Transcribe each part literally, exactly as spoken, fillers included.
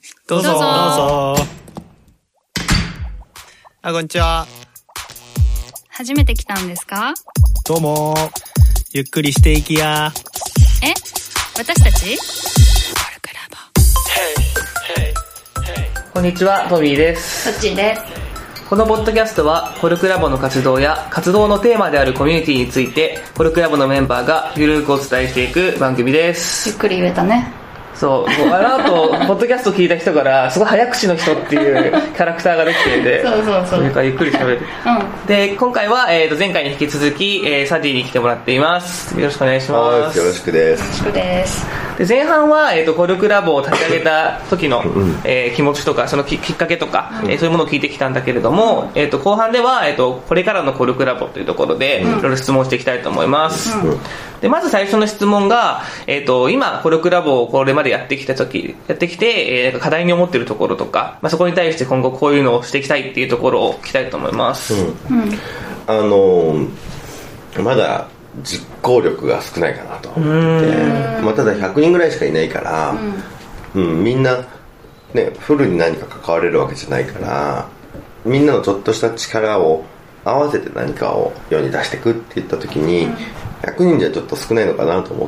どうぞどうぞ。あ、こんにちは。 初めて来たんですか？ どうも。ゆっくりしていきや。 え？私たち？ こんにちは、トミーです。 そっちです。 このポッドキャストはコルクラボの活動や活動のテーマであるコミュニティについてコルクラボのメンバーがゆるくお伝えしていく番組です。 ゆっくり言えたね。 そう、あの後ポッドキャスト聞いた人からすごい早口の人っていうキャラクターができていてそうそうそう、 それからゆっくり喋る、 うん、 で今回は、えー、と前回に引き続き、えー、サディに来てもらっています。よろしくお願いします。 よろしくです。 よろしくです。 で前半は、えー、とコルクラボを立ち上げた時の、うんえー、気持ちとかその き, きっかけとか、うんえー、そういうものを聞いてきたんだけれども、うんえー、と後半では、えー、とこれからのコルクラボというところで、うん、いろいろ質問していきたいと思います、うん、でまず最初の質問が、えー、と今コルクラボをこれまでやってきた時やってきて、えー、課題に思っているところとか、まあ、そこに対して今後こういうのをしていきたいっていうところを聞きたいと思います、うんうん、あのー、まだ実行力が少ないかなと思って、まあ、ただひゃくにんぐらいしかいないから、うんうん、みんな、ね、フルに何か関われるわけじゃないからみんなのちょっとした力を合わせて何かを世に出していくっていった時に、うん、ひゃくにんじゃちょっと少ないのかなと思って、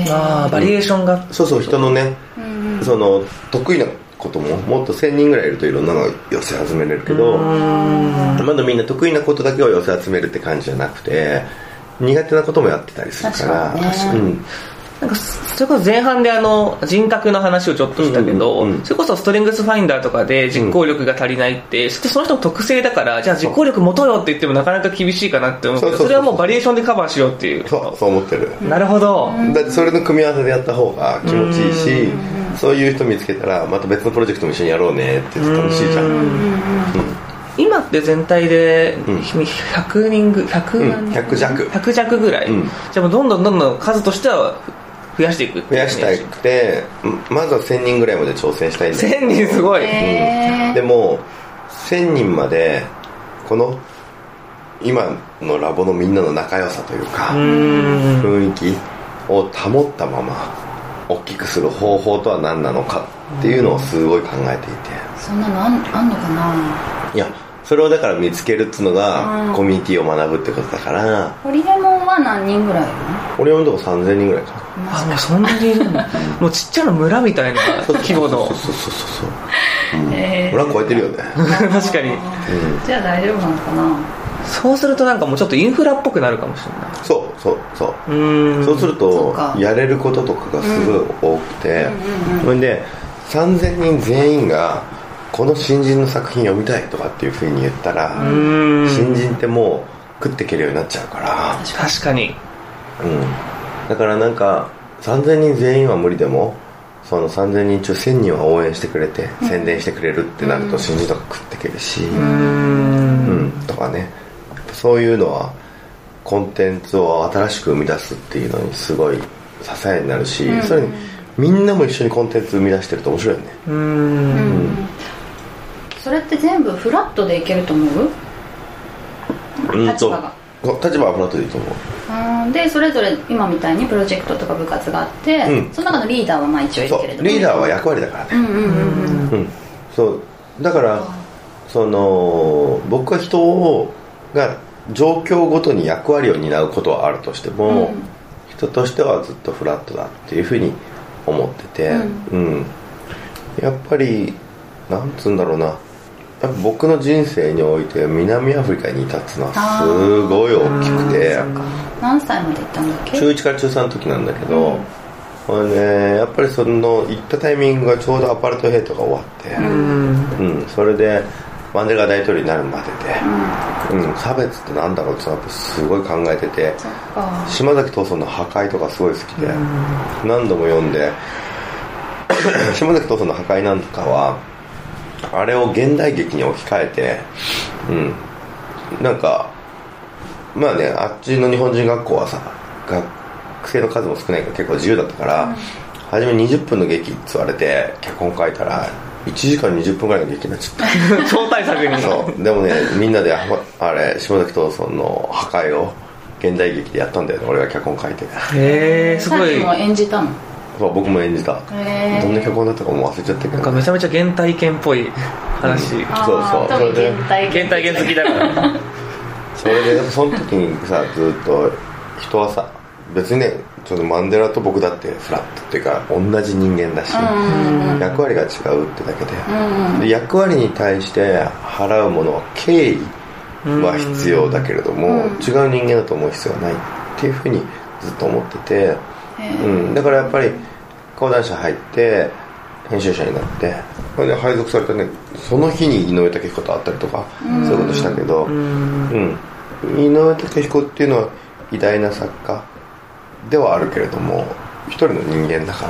あバリエーションが、 うん、そうそう人のね、うん、その得意なことももっとせんにんぐらいいるといろんなのを寄せ集めれるけどまだみんな得意なことだけを寄せ集めるって感じじゃなくて苦手なこともやってたりするから確かに、ねうん、なんかそれこそ前半であの人格の話をちょっとしたけど、うんうんうん、それこそストレングスファインダーとかで実行力が足りないって、うん、その人の特性だからじゃあ実行力持とうよって言ってもなかなか厳しいかなって思うけどそれはもうバリエーションでカバーしようっていうそうそう思ってる、 うん、なるほどだってそれの組み合わせでやった方が気持ちいいし、うん、そういう人見つけたらまた別のプロジェクトも一緒にやろうねって言って楽しいじゃん、うんうん今って全体でひゃくにんぐひゃく、 うん、ひゃく弱ひゃく弱ぐらい、うん、じゃあもうどんどんどんどん数としては増やしていく増やしたくてまずはせんにんぐらいまで挑戦したいんだけどせんにんすごい、 うん、でもせんにんまでこの今のラボのみんなの仲良さというか雰囲気を保ったまま大きくする方法とは何なのかっていうのをすごい考えていてそんなのあ ん, あんのかないやそれをだから見つけるっていうのがコミュニティを学ぶってことだからホリデモンは何人ぐらいいるの？ ホリデモンのとこさんぜんにんぐらいかなあもうそんなにいるんだもうちっちゃな村みたいな規模のそうそうそうそう、うんえー、村超えてるよね確かに、うん、 じゃあ大丈夫なのかなそうするとなんかもうちょっとインフラっぽくなるかもしれないそうそうそううんそうするとやれることとかがすごい多くてそれでさんぜんにん全員がこの新人の作品読みたいとかっていう風に言ったら新人ってもう食っていけるようになっちゃうから確かに、 うん、だからなんかさんぜんにん全員は無理でもそのさんぜんにん中せんにんは応援してくれて、うん、宣伝してくれるってなると新人とか食っていけるしうん、うん、とかねそういうのはコンテンツを新しく生み出すっていうのにすごい支えになるし、うん、それにみんなも一緒にコンテンツ生み出してると面白いよねうん、うんそれって全部フラットでいけると思う？ うん立場が立場はフラットでいいと思ううんでそれぞれ今みたいにプロジェクトとか部活があって、うん、その中のリーダーはまあ一応いるけれどもリーダーは役割だからねうんうんうんうん、うん、そうだからその僕は人が状況ごとに役割を担うことはあるとしても、うん、人としてはずっとフラットだっていうふうに思ってて、うんうん、やっぱりなんつうんだろうなやっぱ僕の人生において南アフリカにいたっていうのはすごい大きくて何歳まで行ったんだっけ中いちから中さんの時なんだけど、うんね、やっぱりその行ったタイミングがちょうどアパルトヘイトが終わって、うんうん、それでマンデラが大統領になるまでで、うんうん、差別ってなんだろうってやっぱすごい考えてて島崎藤村の破壊とかすごい好きで何度も読んで島崎藤村の破壊なんかはあれを現代劇に置き換えて、うん、なんかまあねあっちの日本人学校はさ学生の数も少ないから結構自由だったから、うん、初めにじゅっぷんの劇って言われて脚本書いたらいちじかんにじゅっぷんぐらいの劇になっちゃった超大作にそうでもねみんなであれ島崎藤村の破壊を現代劇でやったんだよね俺が脚本書いてへえすごいさっきも演じたの僕も演じた。 へーどんな脚本だったかもう忘れちゃったけど、 なんかめちゃめちゃ原体験っぽい話、うん、 あそうそう特にそれで原体験原体験好きだからそれでその時にさずっと人はさ別にねちょっとマンデラと僕だってフラットっていうか同じ人間だし、 うんうん、 役割が違うってだけで、 うんうん、 で役割に対して払うものは敬意は必要だけれども、うん、違う人間だと思う必要はないっていうふうにずっと思ってて、うん、だからやっぱり講談社入って編集者になってこれで配属されたねその日に井上武彦と会ったりとか、うん、そういうことしたけど、うんうん、井上武彦っていうのは偉大な作家ではあるけれども一人の人間だから、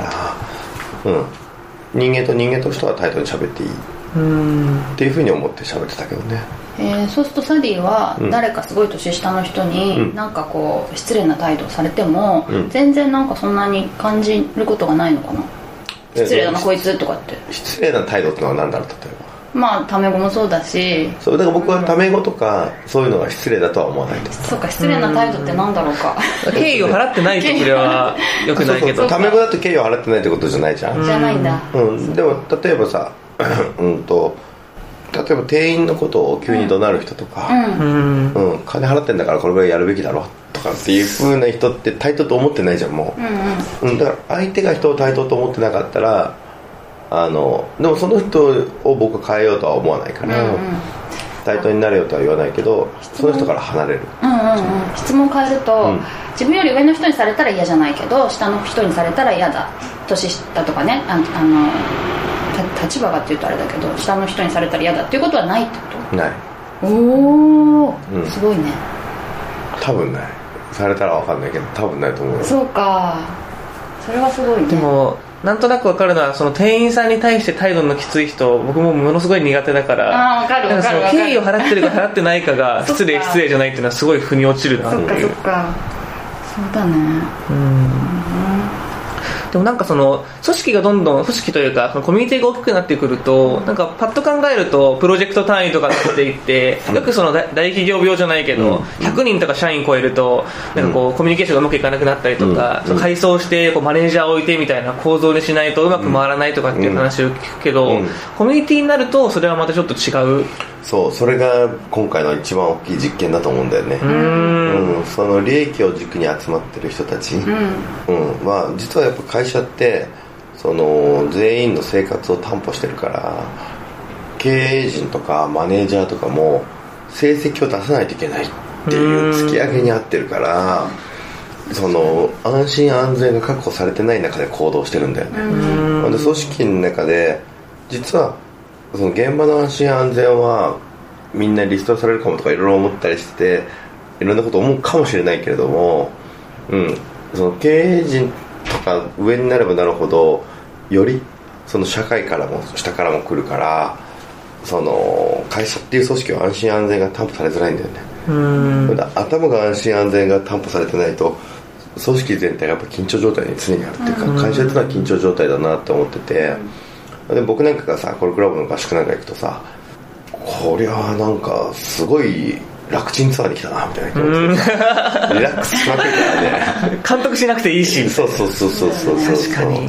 うん、人間と人間としては対等に喋っていいっていうふうに思って喋ってたけどね。 えー、そうするとサディは誰かすごい年下の人になんかこう失礼な態度をされても、うん、全然なんかそんなに感じることがないのかな。失礼だなこいつとかって。 失礼な態度ってのは何だろう。例えばまあタメ語もそうだし、 そうだから僕はタメ語とかそういうのが失礼だとは思わないと。 そうか、失礼な態度って何だろうか。 敬意を払ってないってこれはよくないけど、 タメ語だと敬意を払ってないってことじゃないじゃん。 じゃないんだ、 うん、でも例えばさうんと例えば店員のことを急に怒鳴る人とか、うんうん、金払ってんだからこれぐらいやるべきだろとかっていう風な人って対等と思ってないじゃんもう、うんうん、だから相手が人を対等と思ってなかったらあのでもその人を僕は変えようとは思わないから、うんうん、対等になれよとは言わないけどその人から離れる、 うんうんうん、質問を変えると、うん、自分より上の人にされたら嫌じゃないけど下の人にされたら嫌だ、年下とかね、ああの立場がって言うとあれだけど下の人にされたら嫌だっていうことはないってこと？ ない。 おお、うん、すごいね。 多分ない。されたら分かんないけど多分ないと思うよ。 そうか、それはすごいね。 でもなんとなく分かるのはその店員さんに対して態度のきつい人僕もものすごい苦手だから、 あ分かる分かる分かる、 敬意を払ってるか払ってないかが失礼失礼じゃないっていうのはすごい腑に落ちるなっていう。 そっかそっか、そうだね。うん、うんでもなんかその組織がどんどん組織というかそのコミュニティが大きくなってくるとなんかパッと考えるとプロジェクト単位とかになっていってよくその大企業病じゃないけどひゃくにんとか社員超えるとなんかこうコミュニケーションがうまくいかなくなったりとかその改装してこうマネージャーを置いてみたいな構造にしないとうまく回らないとかっていう話を聞くけどコミュニティになるとそれはまたちょっと違う。 そう、それが今回の一番大きい実験だと思うんだよね。うん、うん、その利益を軸に集まってる人たち、うんうん、まあ実はやっぱ会社ってその全員の生活を担保してるから経営陣とかマネージャーとかも成績を出さないといけないっていう突き上げにあってるからその安心安全が確保されてない中で行動してるんだよね。うんで組織の中で実はその現場の安心安全はみんなリストされるかもとかいろいろ思ったりしていろんなこと思うかもしれないけれども、うん、その経営陣とか上になればなるほどよりその社会からも下からも来るからその会社っていう組織は安心安全が担保されづらいんだよね。うん頭が安心安全が担保されてないと組織全体がやっぱ緊張状態に常にあるっていうか会社っていうのは緊張状態だなって思ってて、で僕なんかがさコルクラブの合宿なんか行くとさこりゃなんかすごい楽ちんツアーに来たなみたいな気持ちでリラックスしまくるからね監督しなくていいしそうそうそうそうそうそう確かに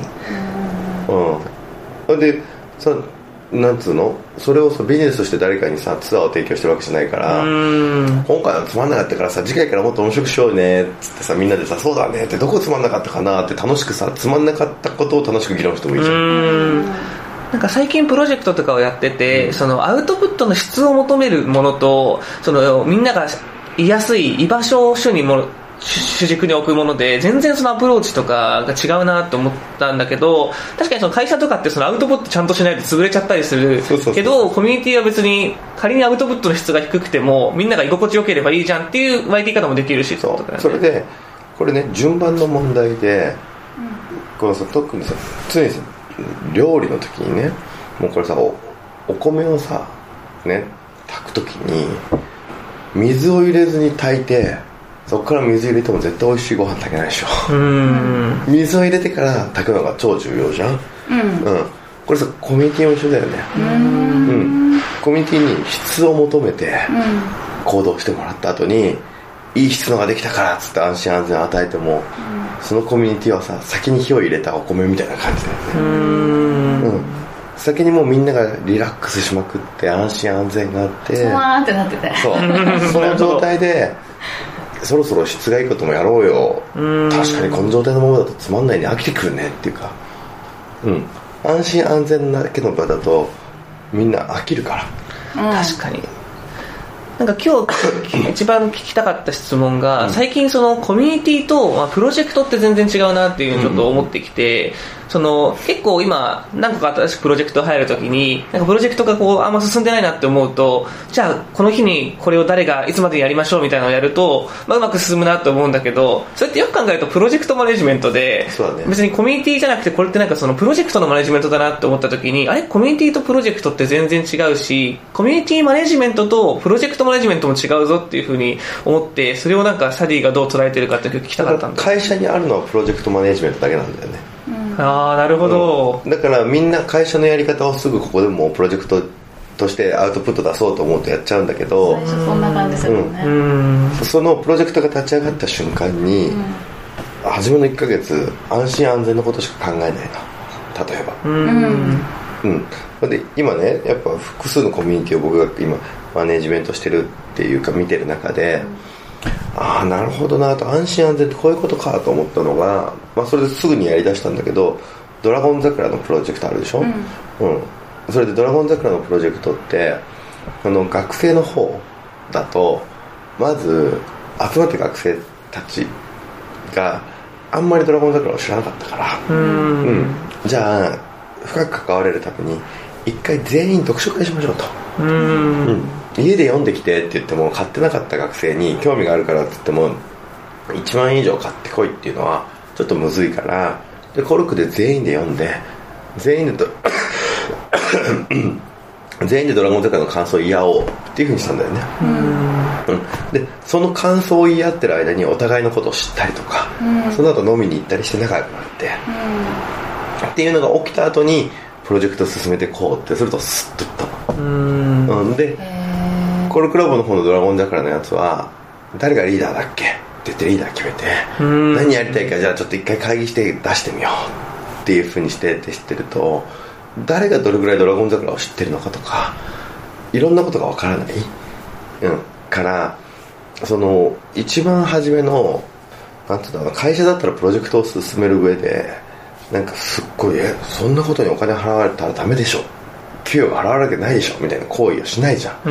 うんでさなんつうのそれをさビジネスとして誰かにさツアーを提供してるわけじゃないから今回はつまんなかったからさ次回からもっと面白くしようねっつってさみんなでさそうだねってどこつまんなかったかなって楽しくさつまんなかったことを楽しく議論してもいいじゃん。うんなんか最近プロジェクトとかをやってて、うん、そのアウトプットの質を求めるものとそのみんなが居やすい居場所を主にも主軸に置くもので全然そのアプローチとかが違うなと思ったんだけど確かにその会社とかってそのアウトプットちゃんとしないと潰れちゃったりするけどコミュニティは別に仮にアウトプットの質が低くてもみんなが居心地よければいいじゃんっていう湧いてい方もできるしそう、ね、それでこれね順番の問題で、うん、このさ特にさ常にさ料理の時にねもうこれさ お, お米をさね炊く時に水を入れずに炊いてそこから水入れても絶対美味しいご飯炊けないでしょうん水を入れてから炊くのが超重要じゃん、うんうん、これさコミュニティも一緒だよねうん、うん、コミュニティに質を求めて行動してもらった後にいい質のができたからっつって安心安全を与えても、うん、そのコミュニティはさ先に火を入れたお米みたいな感じだよね。うーん、うん、先にもうみんながリラックスしまくって安心安全があってふわーってなってて、 そうその状態でそろそろ質がいいこともやろうよ、確かにこの状態のままだとつまんないね、飽きてくるねっていうか、うん、安心安全だけの場だとみんな飽きるから、 うん、確かに。なんか今日一番聞きたかった質問が、うん、最近そのコミュニティと、まあ、プロジェクトって全然違うなっていうのをちょっと思ってきて、うん、その結構今何個か新しくプロジェクト入るときになんかプロジェクトがこうあんま進んでないなって思うと、じゃあこの日にこれを誰がいつまでにやりましょうみたいなのをやると、まあ、うまく進むなと思うんだけど、それってよく考えるとプロジェクトマネジメントで、 そうだね、 別にコミュニティじゃなくてこれってなんかそのプロジェクトのマネジメントだなって思ったときに、あれコミュニティとプロジェクトって全然違うし、コミュニティマネジメントとプロジェクトマネジメントも違うぞっていうふうに思って、それをなんかサディがどう捉えてるかって聞きたかったんだ。 会社にあるのはプロジェクトマネジメントだけなんだよね、 うん、ああなるほど、 うん、だからみんな会社のやり方をすぐここでもプロジェクトとしてアウトプット出そうと思うとやっちゃうんだけど、 最初そんな感じするよね、 うんうん、そのプロジェクトが立ち上がった瞬間に、うん、初めのいっかげつ安心安全のことしか考えないな、例えば、うんうん、で今ねやっぱ複数のコミュニティを僕が今マネジメントしてるっていうか見てる中で、うん、ああなるほどなと、安心安全ってこういうことかと思ったのが、まあ、それですぐにやりだしたんだけど、ドラゴン桜のプロジェクトあるでしょ、うんうん、それでドラゴン桜のプロジェクトってあの学生の方だとまず集まって学生たちがあんまりドラゴン桜を知らなかったから、うん、うん、じゃあ深く関われるために一回全員読書会しましょうと、うん、うん、家で読んできてって言っても買ってなかった学生に興味があるからって言ってもいちまんえん以上買ってこいっていうのはちょっとむずいから、でコルクで全員で読んで全員で全員でドラゴン桜の感想を言い合おうっていう風にしたんだよね、うんうん、でその感想を言い合ってる間にお互いのことを知ったりとか、うん、その後飲みに行ったりして仲良くなって、うん、っていうのが起きた後にプロジェクトを進めていこうってするとスッといったの、うん、うん、でコルクラボの方のドラゴン桜のやつは誰がリーダーだっけって言ってリーダー決めて、うん、何やりたいかじゃあちょっと一回会議して出してみようっていう風にしてって知ってると、誰がどれぐらいドラゴン桜を知ってるのかとかいろんなことがわからない、うん、からその一番初めのなんていうんだろう、会社だったらプロジェクトを進める上でなんかすっごいえそんなことにお金払われたらダメでしょ、給与が払われるわけないでしょみたいな行為をしないじゃん、うん、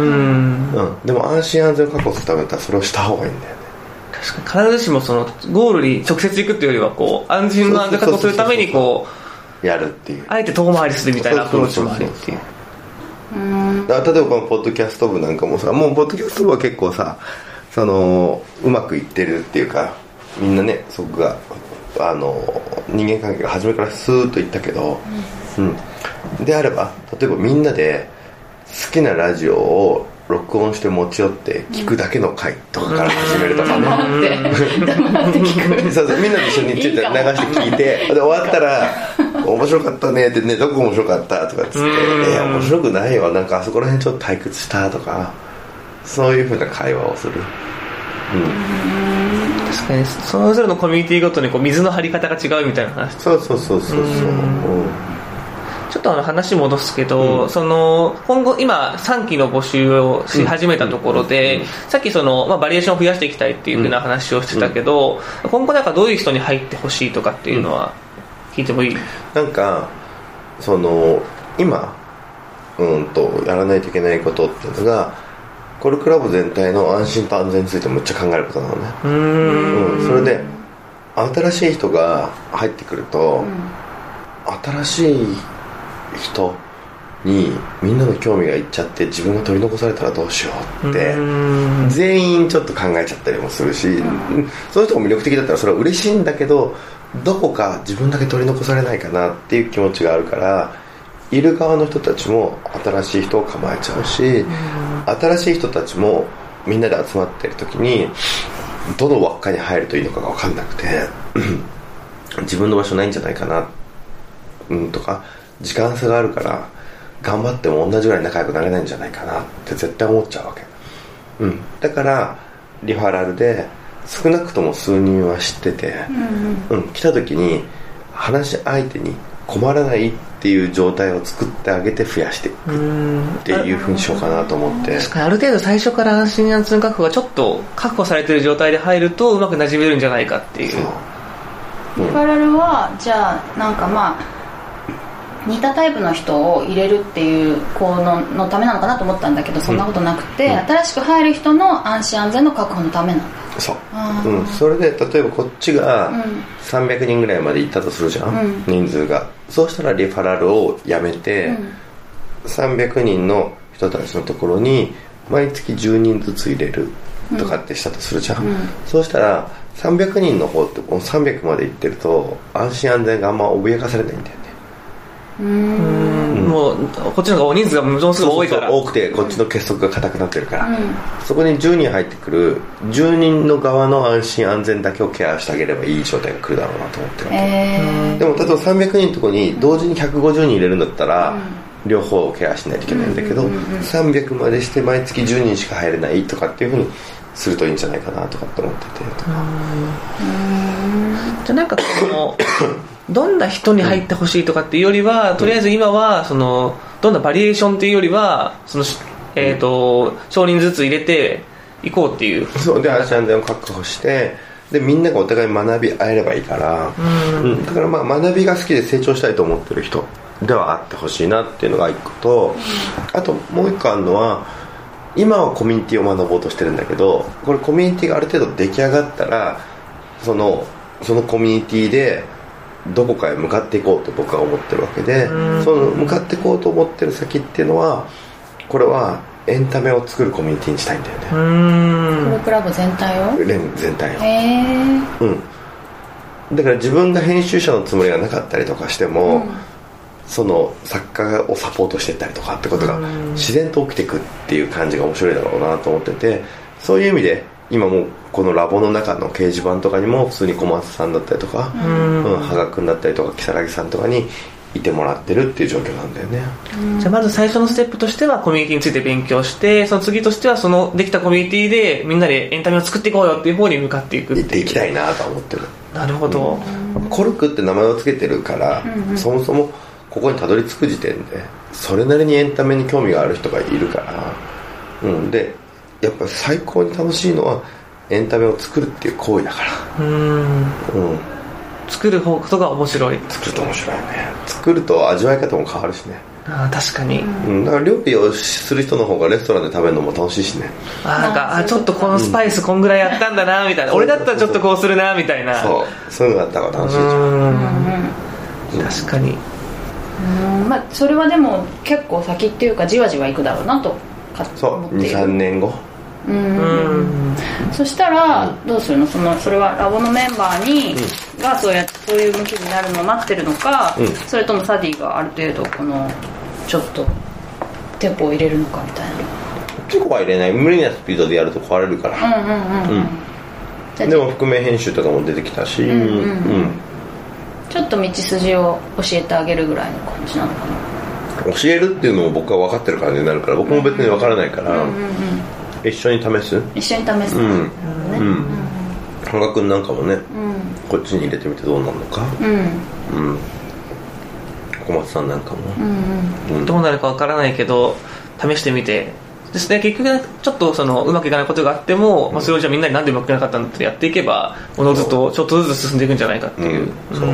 うん、でも安心安全を確保するためだったらそれをした方がいいんだよね。 確かに必ずしもそのゴールに直接行くっていうよりはこう安心の安全確保するためにこうやるっていう、 あえて遠回りするみたいなアプローチもあるっていう。 だから例えばこのポッドキャスト部なんかもさ、もうポッドキャスト部は結構さそのうまくいってるっていうか、みんなねそこがあの人間関係が初めからスーッといったけど、うんうん、であれば例えばみんなで好きなラジオを録音して持ち寄って聞くだけの回とかから始めるとかね、 黙って黙って聞くそうそう、みんなで一緒にちょっと流して聞いてで終わったら面白かったねってね、どこ面白かったとかっつって、いや面白くないよ、なんかあそこら辺ちょっと退屈したとか、そういう風な会話をする、うん、 確かにそれぞれのコミュニティごとにこう水の張り方が違うみたいな話。 そうそうそうそうそう、 ちょっとあの話戻すけど、うん、その今後今さんきの募集をし始めたところで、うん、さっきその、まあ、バリエーションを増やしていきたいっていう風な話をしてたけど、うん、今後なんかどういう人に入ってほしいとかっていうのは聞いてもいい？ なんかその今うんとやらないといけないことっていうのがコルクラボ全体の安心と安全についてむっちゃ考えることなのね。うーん、うん、それで新しい人が入ってくると、うん、新しい人にみんなの興味がいっちゃって自分が取り残されたらどうしようって全員ちょっと考えちゃったりもするし、うん、その人も魅力的だったらそれは嬉しいんだけど、どこか自分だけ取り残されないかなっていう気持ちがあるから、いる側の人たちも新しい人を構えちゃうし、うん、新しい人たちもみんなで集まってる時にどの輪っかに入るといいのかが分かんなくて自分の場所ないんじゃないかな、うん、とか時間差があるから頑張っても同じぐらい仲良くなれないんじゃないかなって絶対思っちゃうわけ、うん、だからリファラルで少なくとも数人は知ってて、うんうんうん、来た時に話し相手に困らないっていう状態を作ってあげて増やしていくっていうふうにしようかなと思って。 確かにある程度最初から安心安全確保がちょっと確保されている状態で入るとうまく馴染めるんじゃないかっていう。 リファラルはじゃあなんかまあ似たタイプの人を入れるっていう効能のためなのかなと思ったんだけど、そんなことなくて、うん、新しく入る人の安心安全の確保のためなんだ。 そう、うん、それで例えばこっちがさんびゃくにんぐらいまで行ったとするじゃん、うん、人数が。そうしたらリファラルをやめて、うん、さんびゃくにんの人たちのところに毎月じゅうにんずつ入れるとかってしたとするじゃん、うん、そうしたらさんびゃくにんの方ってもうさんびゃくまで行ってると安心安全があんま脅かされないんだよね。 うーん、もうこっちの方が人数がものすごい多いから。 そうそうそう、多くてこっちの結束が硬くなってるから、うん、そこにじゅうにん入ってくるじゅうにんの側の安心安全だけをケアしてあげればいい状態が来るだろうなと思ってる、えー、でも例えばさんびゃくにんのところに同時にひゃくごじゅうにん入れるんだったら、うん、両方をケアしないといけないんだけど、うんうんうんうん、さんびゃくまでして毎月じゅうにんしか入れないとかっていうふうにするといいんじゃないかなとかって思っててとか。 うーん、じゃあなんかこのどんな人に入ってほしいとかっていうよりは、うん、とりあえず今はそのどんなバリエーションっていうよりはその、えーと、少人ずつ入れていこうっていう。 そうで安心安全を確保してでみんながお互い学び合えればいいから、うんうん、だからまあ学びが好きで成長したいと思ってる人ではあってほしいなっていうのが一個と、あともう一個あるのは今はコミュニティを学ぼうとしてるんだけど、これコミュニティがある程度出来上がったらそのそのコミュニティでどこかへ向かっていこうと僕は思ってるわけで、その向かっていこうと思ってる先っていうのはこれはエンタメを作るコミュニティにしたいんだよね。うーん、プロクラブ全体を全体を、 へー、 うん、だから自分が編集者のつもりがなかったりとかしても、うん、その作家をサポートしていったりとかってことが自然と起きていくっていう感じが面白いだろうなと思ってて、そういう意味で今もうこのラボの中の掲示板とかにも普通に小松さんだったりとか、うん、うん、羽賀君だったりとか如月さんとかにいてもらってるっていう状況なんだよね。 じゃあまず最初のステップとしてはコミュニティについて勉強して、その次としてはそのできたコミュニティでみんなでエンタメを作っていこうよっていう方に向かっていくっていう。 行っていきたいなと思ってる。 なるほど、 うん、コルクって名前をつけてるから、うんうん、そもそもここにたどり着く時点でそれなりにエンタメに興味がある人がいるから、うん、でやっぱり最高に楽しいのはエンタメを作るっていう行為だから。うーん、うん、 作ることが面白い。 作ると面白いね。作ると味わい方も変わるしね。 あ、確かに、 うん、だから料理をする人の方がレストランで食べるのも楽しいしね。 あ、なんかあちょっとこのスパイスこんぐらいやったんだなみたいな、うん、俺だったらちょっとこうするなみたいな。 そうそういうのがあったから楽しいじゃん。うん、 うん、確かに。 うん、まあ、それはでも結構先っていうかじわじわいくだろうなとそう にさんねんご。 うん、うん、そしたらどうするの？そのそれはラボのメンバーに、うん、がそうやそういう向きになるのを待ってるのか、うん、それともサディがある程度このちょっとテンポを入れるのかみたいな。 テンポは入れない。無理なスピードでやると壊れるから。うんうんうん、うん、でも覆面編集とかも出てきたし、うんうんうんうん、 ちょっと道筋を教えてあげるぐらいの感じなのかな。 教えるっていうのも僕は分かってる感じになるから、僕も別に分からないから、うんうんうんうん、一緒に試す一緒に試す、うん、ね、うん、 羽賀君なんかもね、うん、こっちに入れてみてどうなるのか、うん、うん、小松さんなんかも、 うんうん、どうなるかわからないけど試してみてですね。結局ちょっとそのうまくいかないことがあっても、うん、まあ、それをじゃあみんなになんでうまくいかなかったんだってやっていけばおのずとちょっとずつ進んでいくんじゃないかっていう、うん、そう、うん、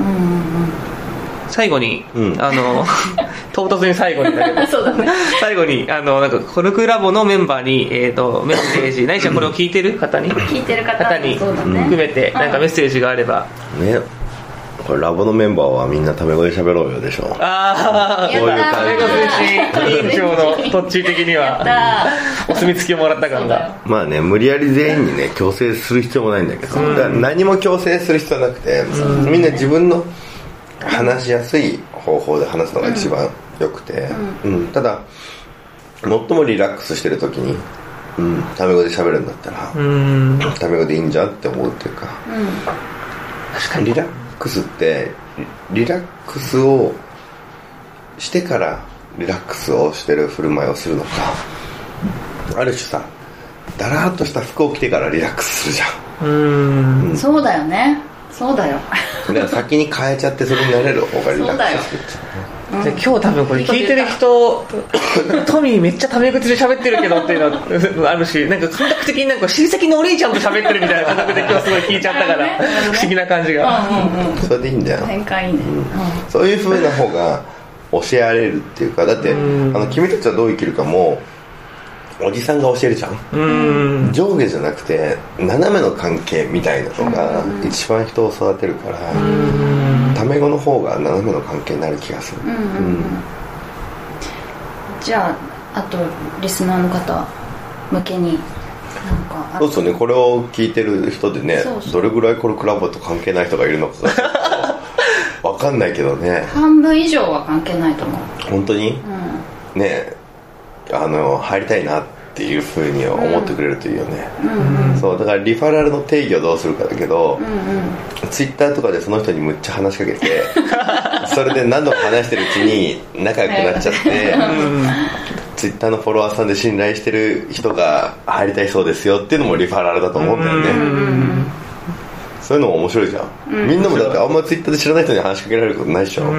最後に、うん、あの唐突に最後にだけどそうだね、 最後にあのなんかコルクラボのメンバーに、えー、とメッセージ何しろこれを聞いてる方に聞いてる方に含めてなんかメッセージがあれば、 ね、これラボのメンバーはみんなタメ語で喋ろうよでしょ。 ああ、そういう感じで委員長のトッチー的にはお墨付きをもらった感が。 まあね、無理やり全員にね強制する必要もないんだけど、だから何も強制する必要はなくて、みんな自分の話しやすい方法で話すのが一番よくて、うんうん、ただ最もリラックスしてる時に、うん、タメ語で喋るんだったら、うん、タメ語でいいんじゃんって思うっていうか、うん、確かにリラックスってリラックスをしてからリラックスをしてる振る舞いをするのか、ある種さだらっとした服を着てからリラックスするじゃん。 うーん、 そうだよね、そうだよ。 だから先に変えちゃってそれになれる方がリラックスする。 で今日多分これ聞いてる人トミーめっちゃタメ口で喋ってるけどっていうのはあるし、なんか感覚的になんか親戚のお兄ちゃんと喋ってるみたいな感覚で今日すごい聞いちゃったから、不思議な感じが、 うんうんうん、 それでいいんだよ。 変換いいね、うん、 そういう風な方が教えられるっていうか、だってあの君たちはどう生きるかもおじさんが教えるじゃん。うん、上下じゃなくて斜めの関係みたいなのが一番人を育てるから、タメ語の方が斜めの関係になる気がする。うんうんうん、 じゃああとリスナーの方向けになんかそうそうね、これを聞いてる人でね、そうそうどれぐらいコルクラボと関係ない人がいるのか分かんないけどね。 半分以上は関係ないと思う。 本当に、うん、ねあの入りたいなっていうふうに思ってくれるといいよね、うんうん、そうだからリファラルの定義をどうするかだけど、うんうん、ツイッターとかでその人にむっちゃ話しかけてそれで何度も話してるうちに仲良くなっちゃって、うん、ツイッターのフォロワーさんで信頼してる人が入りたいそうですよっていうのもリファラルだと思うんだよね、うんうん、そういうのも面白いじゃん、うん、みんなもだってあんまツイッターで知らない人に話しかけられることないでしょ、うん、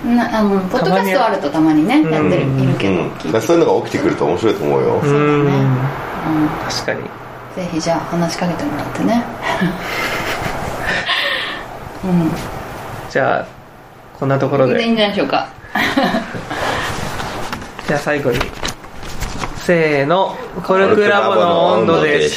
なあのポッドキャストあるとたまにね、うん、やってるいるけど、 うんうん、そういうのが起きてくると面白いと思うよ。 そうだね、うん、 確かにぜひじゃあ話しかけてもらってね、 うん、じゃあこんなところでいいんじゃないでしょうかじゃあ最後にせーの、コルクラボの温度でした。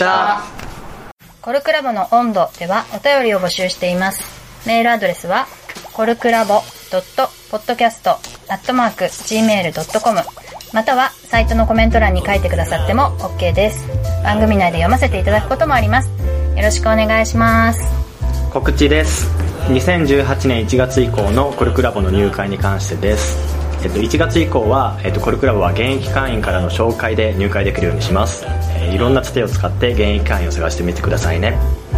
コルクラボの温度ではお便りを募集しています。メールアドレスはコルクラボドットポッドキャストアットマークジーメールドットコム、またはサイトのコメント欄に書いてくださっても OK です。番組内で読ませていただくこともあります。よろしくお願いします。 告知です。にせんじゅうはちねんいちがつ以降のコルクラボの入会に関してです。えっと、いちがつ以降は、えっと、コルクラボは現役会員からの紹介で入会できるようにします。えー、いろんなつてを使って現役会員を探してみてくださいね。